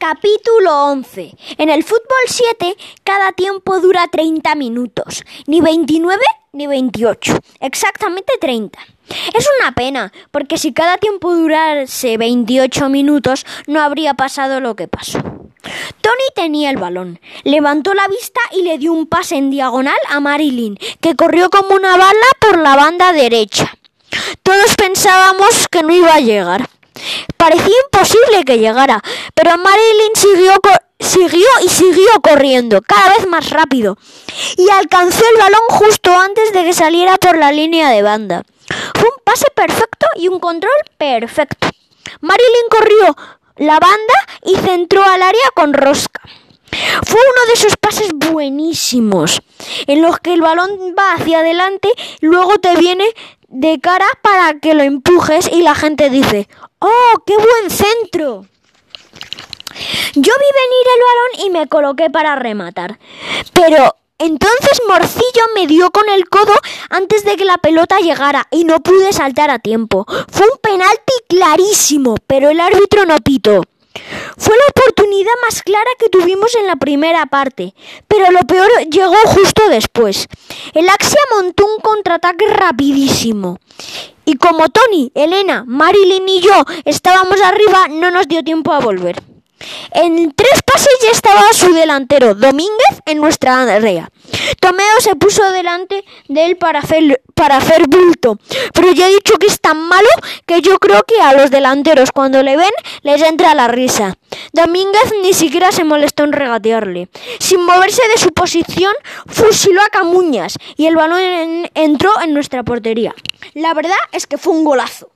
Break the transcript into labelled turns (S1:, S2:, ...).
S1: Capítulo 11. En el fútbol 7, cada tiempo dura 30 minutos. Ni 29 ni 28. Exactamente 30. Es una pena, porque si cada tiempo durase 28 minutos, no habría pasado lo que pasó. Tony tenía el balón, levantó la vista y le dio un pase en diagonal a Marilyn, que corrió como una bala por la banda derecha. Todos pensábamos que no iba a llegar. Parecía imposible que llegara, pero Marilyn siguió corriendo, cada vez más rápido, y alcanzó el balón justo antes de que saliera por la línea de banda. Fue un pase perfecto y un control perfecto. Marilyn corrió la banda y centró al área con rosca. Fue uno de esos pases buenísimos, en los que el balón va hacia adelante, luego te viene de cara para que lo empujes y la gente dice: ¡oh, qué buen centro! Yo vi venir el balón y me coloqué para rematar, pero entonces Morcillo me dio con el codo antes de que la pelota llegara y no pude saltar a tiempo. Fue un penalti clarísimo, pero el árbitro no pitó. Fue la oportunidad más clara que tuvimos en la primera parte, pero lo peor llegó justo después. El Axia montó un contraataque rapidísimo, y como Tony, Elena, Marilyn y yo estábamos arriba, no nos dio tiempo a volver. En 3 pases ya estaba su delantero, Domínguez, en nuestra área. Tomeo se puso delante de él para hacer bulto, pero ya he dicho que es tan malo que yo creo que a los delanteros cuando le ven les entra la risa. Domínguez ni siquiera se molestó en regatearle. Sin moverse de su posición, fusiló a Camuñas y el balón entró en nuestra portería. La verdad es que fue un golazo.